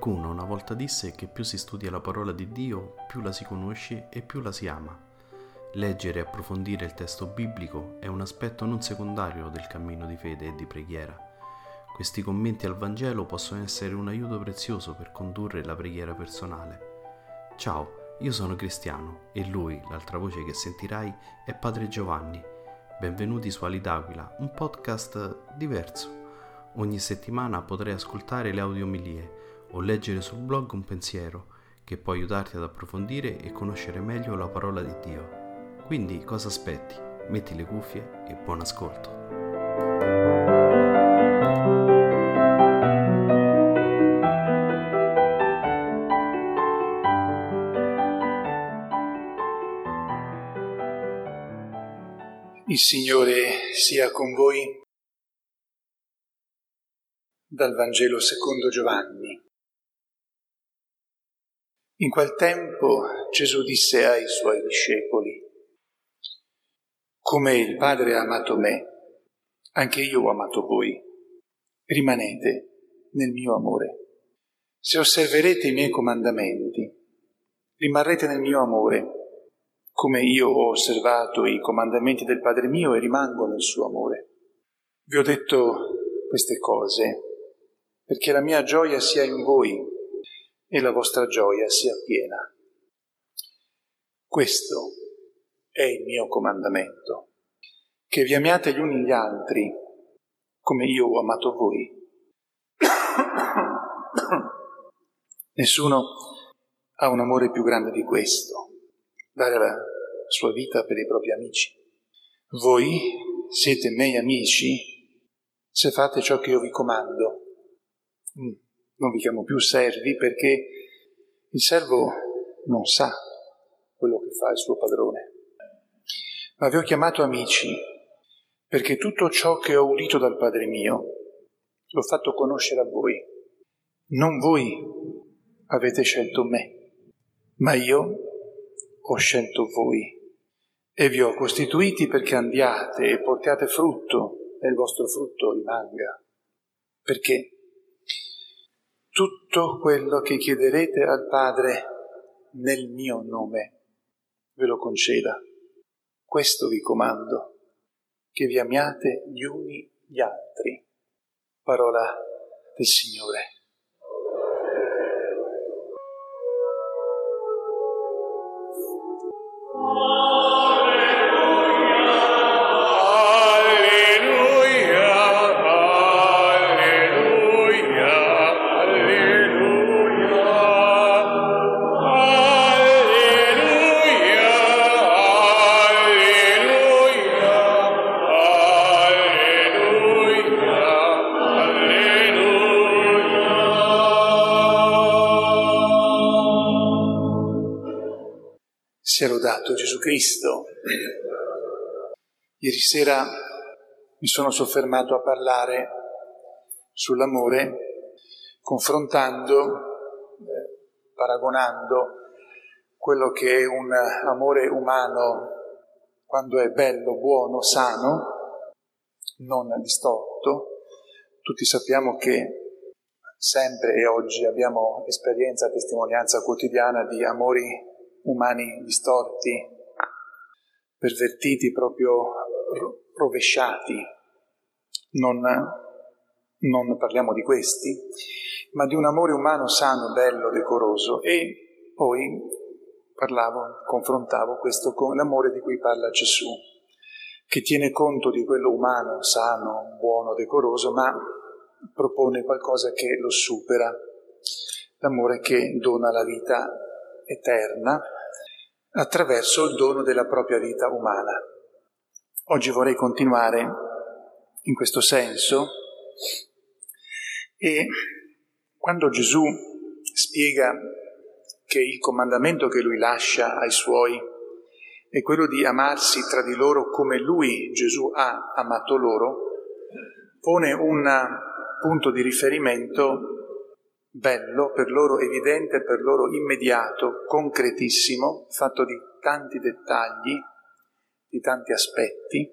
Qualcuno una volta disse che più si studia la parola di Dio, più la si conosce e più la si ama. Leggere e approfondire il testo biblico è un aspetto non secondario del cammino di fede e di preghiera. Questi commenti al Vangelo possono essere un aiuto prezioso per condurre la preghiera personale. Ciao, io sono Cristiano e lui, l'altra voce che sentirai, è Padre Giovanni. Benvenuti su Ali d'Aquila, un podcast diverso. Ogni settimana potrai ascoltare le audiomilie o leggere sul blog un pensiero che può aiutarti ad approfondire e conoscere meglio la parola di Dio. Quindi cosa aspetti? Metti le cuffie e buon ascolto. Il Signore sia con voi. Dal Vangelo secondo Giovanni. In quel tempo Gesù disse ai suoi discepoli: come il Padre ha amato me, anche io ho amato voi. Rimanete nel mio amore. Se osserverete i miei comandamenti, rimarrete nel mio amore, come io ho osservato i comandamenti del Padre mio e rimango nel suo amore. Vi ho detto queste cose perché la mia gioia sia in voi e la vostra gioia sia piena. Questo è il mio comandamento, che vi amiate gli uni gli altri come io ho amato voi. Nessuno ha un amore più grande di questo, dare la sua vita per i propri amici. Voi siete miei amici se fate ciò che io vi comando. Non vi chiamo più servi perché il servo non sa quello che fa il suo padrone. Ma vi ho chiamato amici perché tutto ciò che ho udito dal Padre mio l'ho fatto conoscere a voi. Non voi avete scelto me, ma io ho scelto voi e vi ho costituiti perché andiate e portiate frutto e il vostro frutto rimanga. Perché tutto quello che chiederete al Padre nel mio nome ve lo conceda. Questo vi comando, che vi amiate gli uni gli altri. Parola del Signore. Sia lodato Gesù Cristo. Ieri sera mi sono soffermato a parlare sull'amore, confrontando, paragonando quello che è un amore umano quando è bello, buono, sano, non distorto. Tutti sappiamo che sempre e oggi abbiamo esperienza, testimonianza quotidiana di amori umani distorti, pervertiti, proprio rovesciati. Non parliamo di questi, ma di un amore umano sano, bello, decoroso. E poi confrontavo questo con l'amore di cui parla Gesù, che tiene conto di quello umano, sano, buono, decoroso, ma propone qualcosa che lo supera, l'amore che dona la vita eterna attraverso il dono della propria vita umana. Oggi vorrei continuare in questo senso e quando Gesù spiega che il comandamento che lui lascia ai suoi è quello di amarsi tra di loro come lui, Gesù, ha amato loro, pone un punto di riferimento bello, per loro evidente, per loro immediato, concretissimo, fatto di tanti dettagli, di tanti aspetti,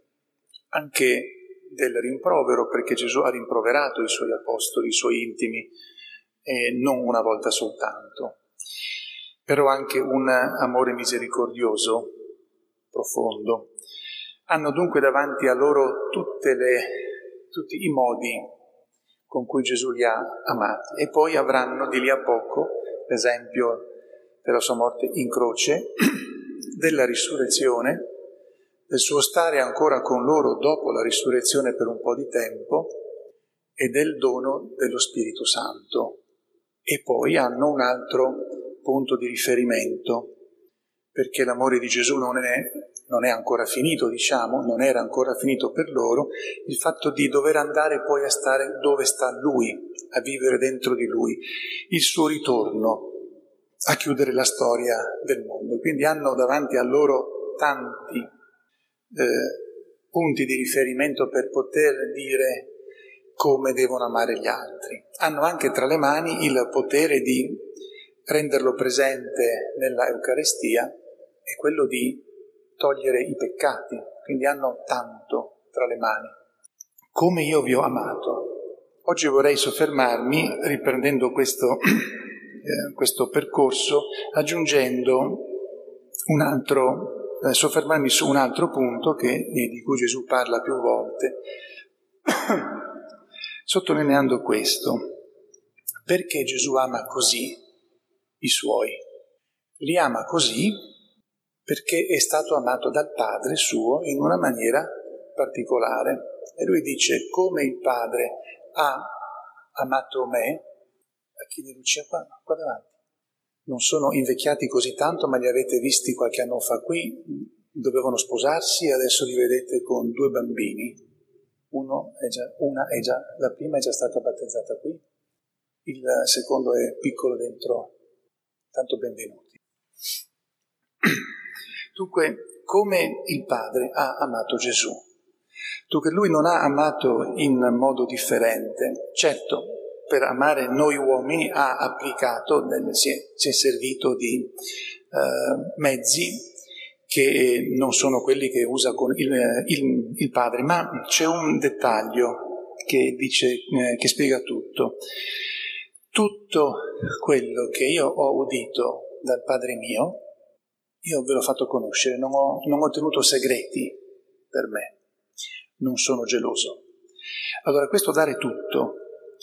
anche del rimprovero, perché Gesù ha rimproverato i suoi apostoli, i suoi intimi, e non una volta soltanto, però anche un amore misericordioso, profondo. Hanno dunque davanti a loro tutti i modi con cui Gesù li ha amati, e poi avranno di lì a poco l'esempio della sua morte in croce, della risurrezione, del suo stare ancora con loro dopo la risurrezione per un po' di tempo e del dono dello Spirito Santo. E poi hanno un altro punto di riferimento, perché l'amore di Gesù non è ancora finito, non era ancora finito per loro, il fatto di dover andare poi a stare dove sta Lui, a vivere dentro di Lui, il suo ritorno, a chiudere la storia del mondo. Quindi hanno davanti a loro tanti punti di riferimento per poter dire come devono amare gli altri. Hanno anche tra le mani il potere di renderlo presente nella Eucaristia e quello di togliere i peccati, quindi hanno tanto tra le mani. Come io vi ho amato. Oggi vorrei soffermarmi, riprendendo questo percorso, aggiungendo soffermarmi su un altro punto di cui Gesù parla più volte, sottolineando questo: perché Gesù ama così i suoi? Li ama così perché è stato amato dal Padre suo in una maniera particolare. E lui dice: come il Padre ha amato me, a chi di Lucia qua davanti, non sono invecchiati così tanto, ma li avete visti qualche anno fa qui, dovevano sposarsi e adesso li vedete con 2 bambini. La prima è già stata battezzata qui, il secondo è piccolo dentro, tanto benvenuti. Dunque, come il Padre ha amato Gesù. Dunque, lui non ha amato in modo differente. Certo, per amare noi uomini ha applicato, si è servito di mezzi che non sono quelli che usa con il Padre, ma c'è un dettaglio che spiega tutto. Tutto quello che io ho udito dal Padre mio, io ve l'ho fatto conoscere, non ho tenuto segreti per me, non sono geloso. Allora, questo dare tutto,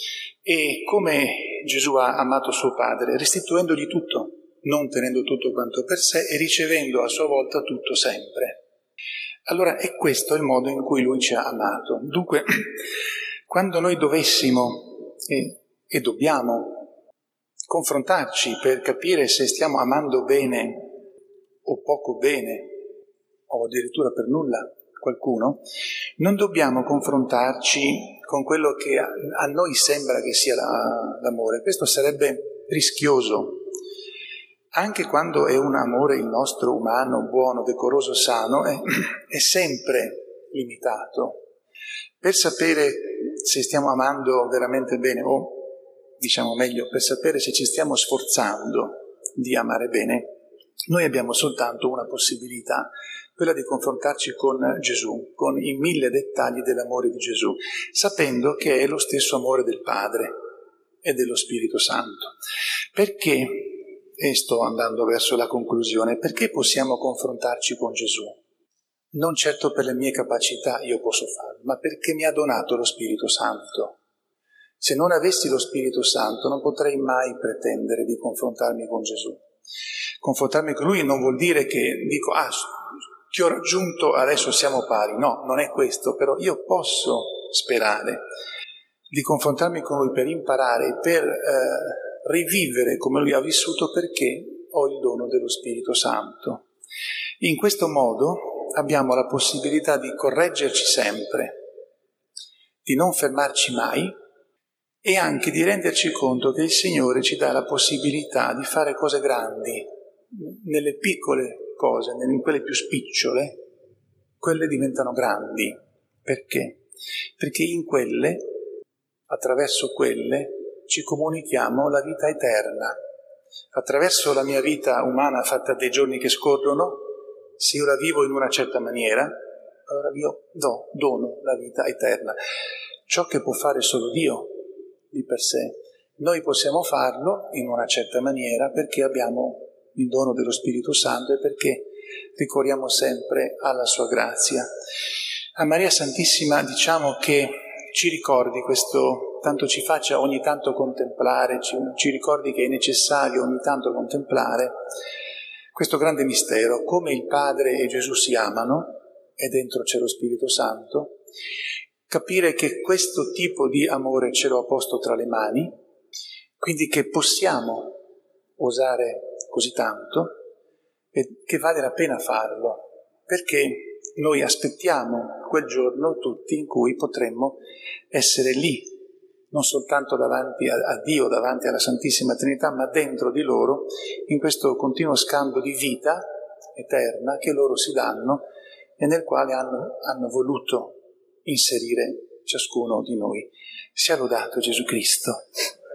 e come Gesù ha amato suo Padre, restituendogli tutto, non tenendo tutto quanto per sé e ricevendo a sua volta tutto sempre. Allora è questo il modo in cui Lui ci ha amato. Dunque, quando noi dovessimo e dobbiamo confrontarci per capire se stiamo amando bene o poco bene, o addirittura per nulla qualcuno, non dobbiamo confrontarci con quello che a noi sembra che sia l'amore. Questo sarebbe rischioso. Anche quando è un amore il nostro umano, buono, decoroso, sano, è sempre limitato. Per sapere se stiamo amando veramente bene, o diciamo meglio, per sapere se ci stiamo sforzando di amare bene, noi abbiamo soltanto una possibilità, quella di confrontarci con Gesù, con i 1000 dettagli dell'amore di Gesù, sapendo che è lo stesso amore del Padre e dello Spirito Santo. Perché, e sto andando verso la conclusione, perché possiamo confrontarci con Gesù? Non certo per le mie capacità io posso farlo, ma perché mi ha donato lo Spirito Santo. Se non avessi lo Spirito Santo non potrei mai pretendere di confrontarmi con Gesù. Confrontarmi con Lui non vuol dire che dico, ti ho raggiunto, adesso siamo pari. No, non è questo, però io posso sperare di confrontarmi con Lui per imparare, per rivivere come Lui ha vissuto, perché ho il dono dello Spirito Santo. In questo modo abbiamo la possibilità di correggerci sempre, di non fermarci mai e anche di renderci conto che il Signore ci dà la possibilità di fare cose grandi. Nelle piccole cose, in quelle più spicciole, quelle diventano grandi. Perché? Perché in quelle, attraverso quelle, ci comunichiamo la vita eterna. Attraverso la mia vita umana fatta dei giorni che scorrono, se io la vivo in una certa maniera, allora io dono la vita eterna. Ciò che può fare solo Dio di per sé Noi possiamo farlo in una certa maniera perché abbiamo il dono dello Spirito Santo e perché ricorriamo sempre alla sua grazia. A Maria Santissima diciamo che ci ricordi questo, tanto ci faccia ogni tanto contemplare, ci ricordi che è necessario ogni tanto contemplare questo grande mistero, come il Padre e Gesù si amano, e dentro c'è lo Spirito Santo, capire che questo tipo di amore ce l'ho posto tra le mani, quindi che possiamo osare così tanto e che vale la pena farlo, perché noi aspettiamo quel giorno tutti in cui potremmo essere lì, non soltanto davanti a Dio, davanti alla Santissima Trinità, ma dentro di loro, in questo continuo scambio di vita eterna che loro si danno e nel quale hanno voluto inserire ciascuno di noi. Sia lodato Gesù Cristo.